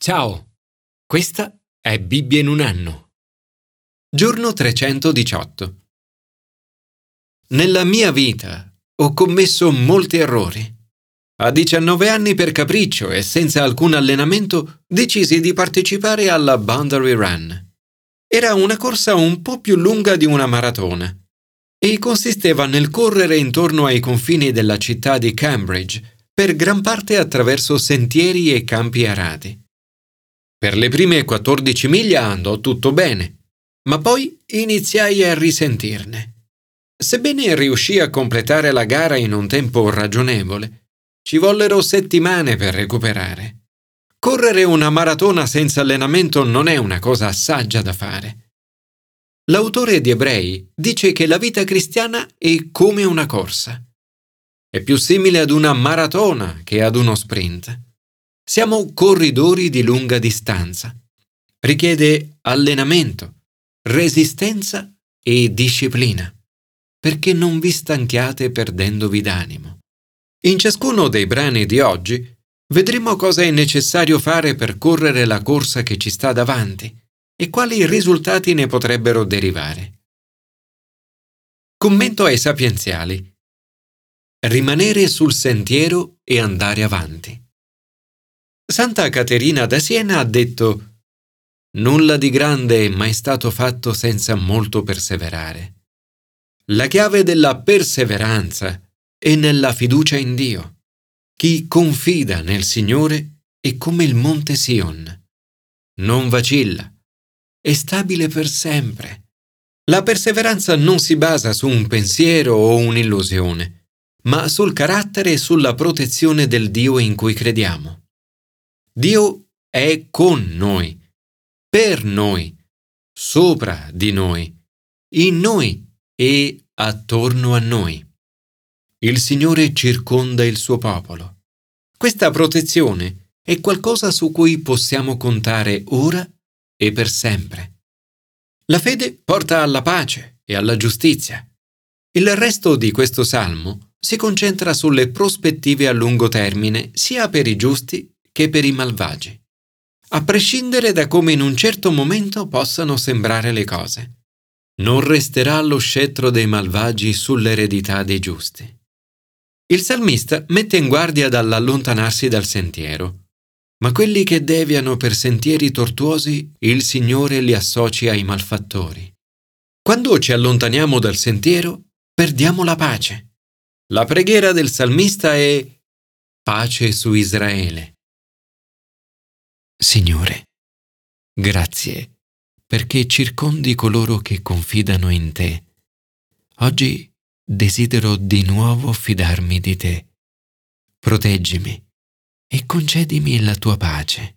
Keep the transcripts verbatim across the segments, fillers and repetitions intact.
Ciao, questa è Bibbia in un anno. Giorno trecentodiciotto. Nella mia vita ho commesso molti errori. A diciannove anni, per capriccio e senza alcun allenamento, decisi di partecipare alla Boundary Run. Era una corsa un po' più lunga di una maratona e consisteva nel correre intorno ai confini della città di Cambridge, per gran parte attraverso sentieri e campi arati. Per le prime quattordici miglia andò tutto bene, ma poi iniziai a risentirne. Sebbene riuscii a completare la gara in un tempo ragionevole, ci vollero settimane per recuperare. Correre una maratona senza allenamento non è una cosa saggia da fare. L'autore di Ebrei dice che la vita cristiana è come una corsa. È più simile ad una maratona che ad uno sprint. Siamo corridori di lunga distanza. Richiede allenamento, resistenza e disciplina, perché non vi stanchiate perdendovi d'animo. In ciascuno dei brani di oggi vedremo cosa è necessario fare per correre la corsa che ci sta davanti e quali risultati ne potrebbero derivare. Commento ai sapienziali. Rimanere sul sentiero e andare avanti. Santa Caterina da Siena ha detto: «Nulla di grande è mai stato fatto senza molto perseverare. La chiave della perseveranza è nella fiducia in Dio. Chi confida nel Signore è come il monte Sion. Non vacilla, è stabile per sempre». La perseveranza non si basa su un pensiero o un'illusione, ma sul carattere e sulla protezione del Dio in cui crediamo. Dio è con noi, per noi, sopra di noi, in noi e attorno a noi. Il Signore circonda il suo popolo. Questa protezione è qualcosa su cui possiamo contare ora e per sempre. La fede porta alla pace e alla giustizia. Il resto di questo salmo si concentra sulle prospettive a lungo termine sia per i giusti che per i malvagi, a prescindere da come in un certo momento possano sembrare le cose. Non resterà lo scettro dei malvagi sull'eredità dei giusti. Il salmista mette in guardia dall'allontanarsi dal sentiero, ma quelli che deviano per sentieri tortuosi il Signore li associa ai malfattori. Quando ci allontaniamo dal sentiero, perdiamo la pace. La preghiera del salmista è: pace su Israele. Signore, grazie perché circondi coloro che confidano in te. Oggi desidero di nuovo fidarmi di te. Proteggimi e concedimi la tua pace.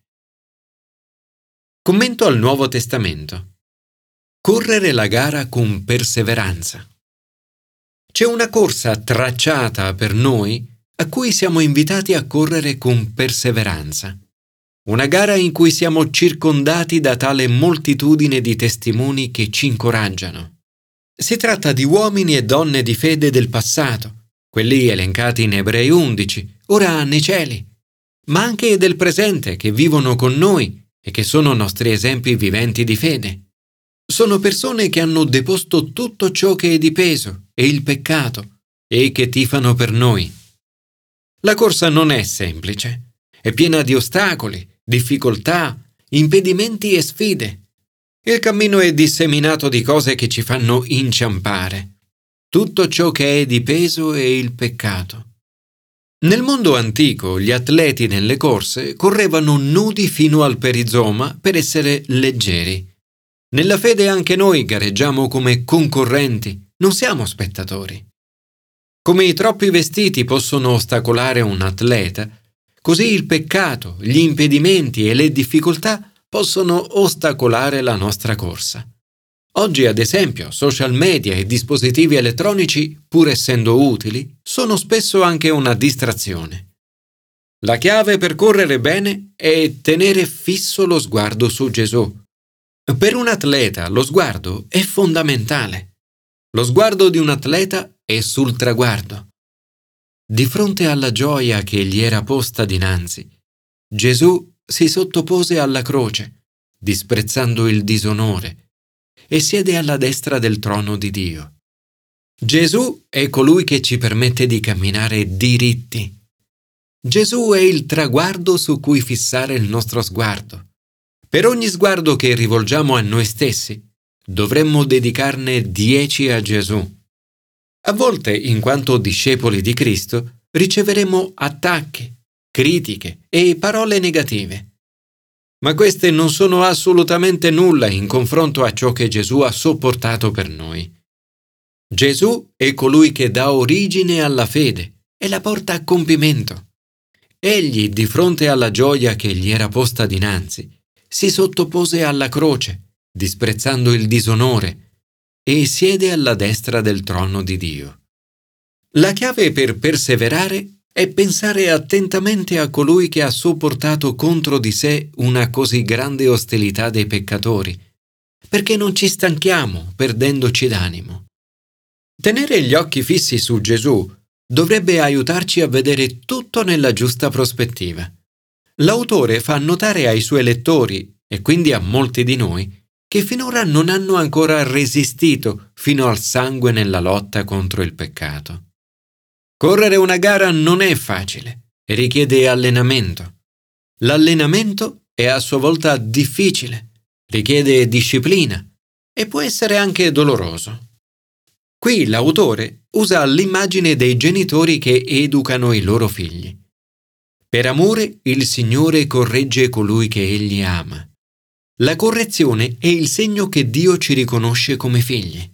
Commento al Nuovo Testamento. Correre la gara con perseveranza. C'è una corsa tracciata per noi a cui siamo invitati a correre con perseveranza. Una gara in cui siamo circondati da tale moltitudine di testimoni che ci incoraggiano. Si tratta di uomini e donne di fede del passato, quelli elencati in Ebrei undici, ora nei cieli, ma anche del presente che vivono con noi e che sono nostri esempi viventi di fede. Sono persone che hanno deposto tutto ciò che è di peso e il peccato e che tifano per noi. La corsa non è semplice, è piena di ostacoli, difficoltà, impedimenti e sfide. Il cammino è disseminato di cose che ci fanno inciampare. Tutto ciò che è di peso è il peccato. Nel mondo antico gli atleti nelle corse correvano nudi fino al perizoma per essere leggeri. Nella fede anche noi gareggiamo come concorrenti, non siamo spettatori. Come i troppi vestiti possono ostacolare un atleta, così il peccato, gli impedimenti e le difficoltà possono ostacolare la nostra corsa. Oggi, ad esempio, social media e dispositivi elettronici, pur essendo utili, sono spesso anche una distrazione. La chiave per correre bene è tenere fisso lo sguardo su Gesù. Per un atleta lo sguardo è fondamentale. Lo sguardo di un atleta è sul traguardo. Di fronte alla gioia che gli era posta dinanzi, Gesù si sottopose alla croce, disprezzando il disonore, e siede alla destra del trono di Dio. Gesù è colui che ci permette di camminare diritti. Gesù è il traguardo su cui fissare il nostro sguardo. Per ogni sguardo che rivolgiamo a noi stessi, dovremmo dedicarne dieci a Gesù. A volte, in quanto discepoli di Cristo, riceveremo attacchi, critiche e parole negative. Ma queste non sono assolutamente nulla in confronto a ciò che Gesù ha sopportato per noi. Gesù è colui che dà origine alla fede e la porta a compimento. Egli, di fronte alla gioia che gli era posta dinanzi, si sottopose alla croce, disprezzando il disonore, e siede alla destra del trono di Dio. La chiave per perseverare è pensare attentamente a colui che ha sopportato contro di sé una così grande ostilità dei peccatori, perché non ci stanchiamo perdendoci d'animo. Tenere gli occhi fissi su Gesù dovrebbe aiutarci a vedere tutto nella giusta prospettiva. L'autore fa notare ai suoi lettori, e quindi a molti di noi, che finora non hanno ancora resistito fino al sangue nella lotta contro il peccato. Correre una gara non è facile e richiede allenamento. L'allenamento è a sua volta difficile, richiede disciplina e può essere anche doloroso. Qui l'autore usa l'immagine dei genitori che educano i loro figli. Per amore il Signore corregge colui che Egli ama. La correzione è il segno che Dio ci riconosce come figli.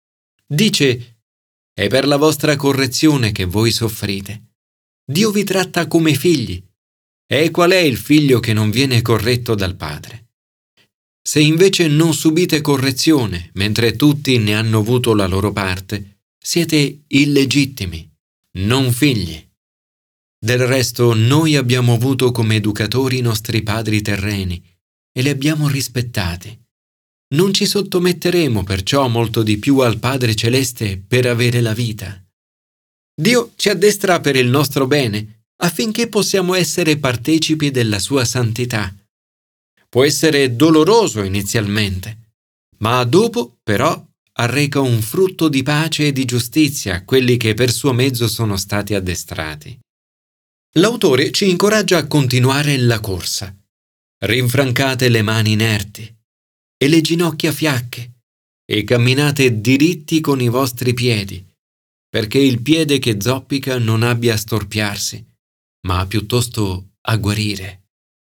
Dice: è per la vostra correzione che voi soffrite. Dio vi tratta come figli. E qual è il figlio che non viene corretto dal padre? Se invece non subite correzione, mentre tutti ne hanno avuto la loro parte, siete illegittimi, non figli. Del resto, noi abbiamo avuto come educatori i nostri padri terreni e li abbiamo rispettati. Non ci sottometteremo perciò molto di più al Padre Celeste per avere la vita. Dio ci addestra per il nostro bene, affinché possiamo essere partecipi della sua santità. Può essere doloroso inizialmente, ma dopo, però, arreca un frutto di pace e di giustizia a quelli che per suo mezzo sono stati addestrati. L'autore ci incoraggia a continuare la corsa. Rinfrancate le mani inerti e le ginocchia fiacche e camminate diritti con i vostri piedi, perché il piede che zoppica non abbia a storpiarsi, ma piuttosto a guarire.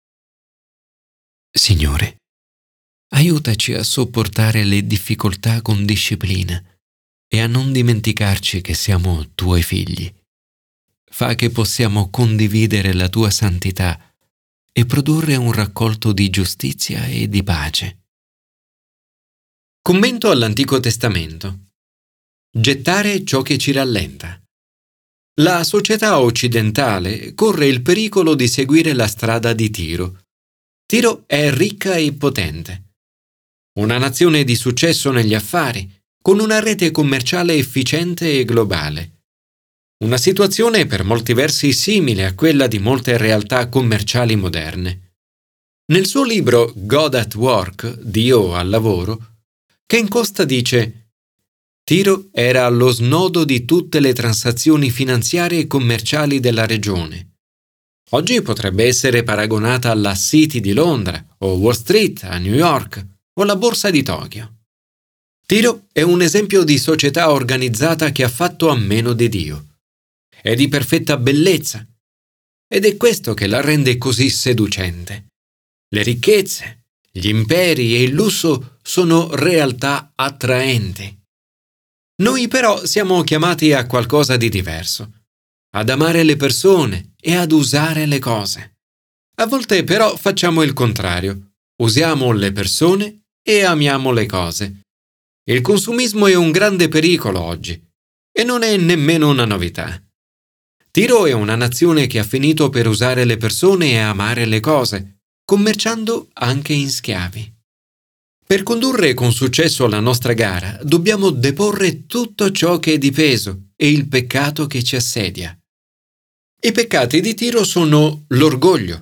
Signore, aiutaci a sopportare le difficoltà con disciplina e a non dimenticarci che siamo Tuoi figli. Fa che possiamo condividere la Tua santità e produrre un raccolto di giustizia e di pace. Commento all'Antico Testamento. Gettare ciò che ci rallenta. La società occidentale corre il pericolo di seguire la strada di Tiro. Tiro è ricca e potente. Una nazione di successo negli affari, con una rete commerciale efficiente e globale. Una situazione per molti versi simile a quella di molte realtà commerciali moderne. Nel suo libro God at Work, Dio al lavoro, Ken Costa dice: Tiro era allo snodo di tutte le transazioni finanziarie e commerciali della regione. Oggi potrebbe essere paragonata alla City di Londra o Wall Street a New York o la Borsa di Tokyo. Tiro è un esempio di società organizzata che ha fatto a meno di Dio. È di perfetta bellezza ed è questo che la rende così seducente. Le ricchezze, gli imperi e il lusso sono realtà attraenti. Noi però siamo chiamati a qualcosa di diverso. Ad amare le persone e ad usare le cose. A volte però facciamo il contrario. Usiamo le persone e amiamo le cose. Il consumismo è un grande pericolo oggi e non è nemmeno una novità. Tiro è una nazione che ha finito per usare le persone e amare le cose, commerciando anche in schiavi. Per condurre con successo la nostra gara dobbiamo deporre tutto ciò che è di peso e il peccato che ci assedia. I peccati di Tiro sono l'orgoglio,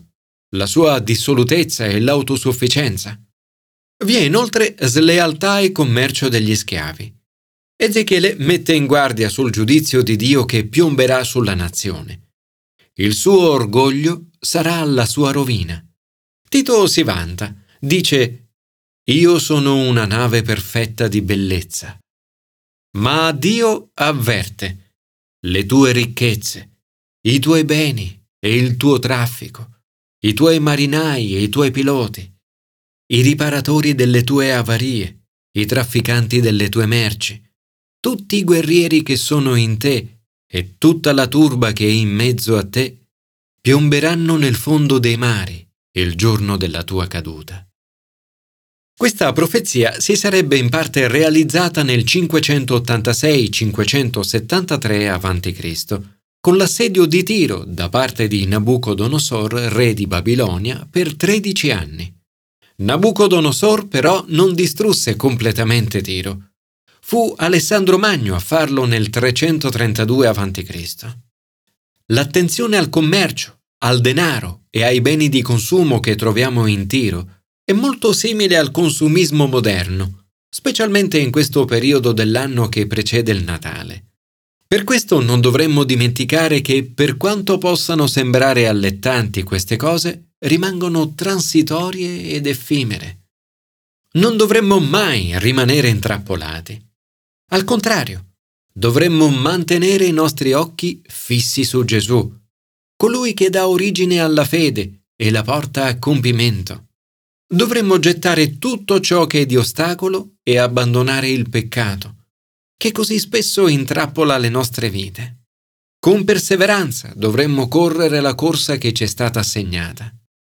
la sua dissolutezza e l'autosufficienza. Vi è inoltre slealtà e commercio degli schiavi. Ezechiele mette in guardia sul giudizio di Dio che piomberà sulla nazione. Il suo orgoglio sarà la sua rovina. Tito si vanta, dice: «Io sono una nave perfetta di bellezza». Ma Dio avverte: «Le tue ricchezze, i tuoi beni e il tuo traffico, i tuoi marinai e i tuoi piloti, i riparatori delle tue avarie, i trafficanti delle tue merci, tutti i guerrieri che sono in te e tutta la turba che è in mezzo a te, piomberanno nel fondo dei mari il giorno della tua caduta». Questa profezia si sarebbe in parte realizzata nel cinquecentottantasei cinquecentosettantatré avanti Cristo, con l'assedio di Tiro da parte di Nabucodonosor, re di Babilonia, per tredici anni. Nabucodonosor però non distrusse completamente Tiro. Fu Alessandro Magno a farlo nel trecentotrentadue avanti Cristo. L'attenzione al commercio, al denaro e ai beni di consumo che troviamo in Tiro è molto simile al consumismo moderno, specialmente in questo periodo dell'anno che precede il Natale. Per questo non dovremmo dimenticare che, per quanto possano sembrare allettanti queste cose, rimangono transitorie ed effimere. Non dovremmo mai rimanere intrappolati. Al contrario, dovremmo mantenere i nostri occhi fissi su Gesù, colui che dà origine alla fede e la porta a compimento. Dovremmo gettare tutto ciò che è di ostacolo e abbandonare il peccato, che così spesso intrappola le nostre vite. Con perseveranza dovremmo correre la corsa che ci è stata assegnata.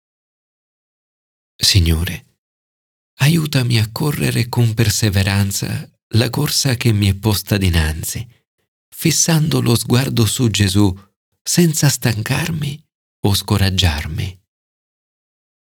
Signore, aiutami a correre con perseveranza la corsa che mi è posta dinanzi, fissando lo sguardo su Gesù senza stancarmi o scoraggiarmi.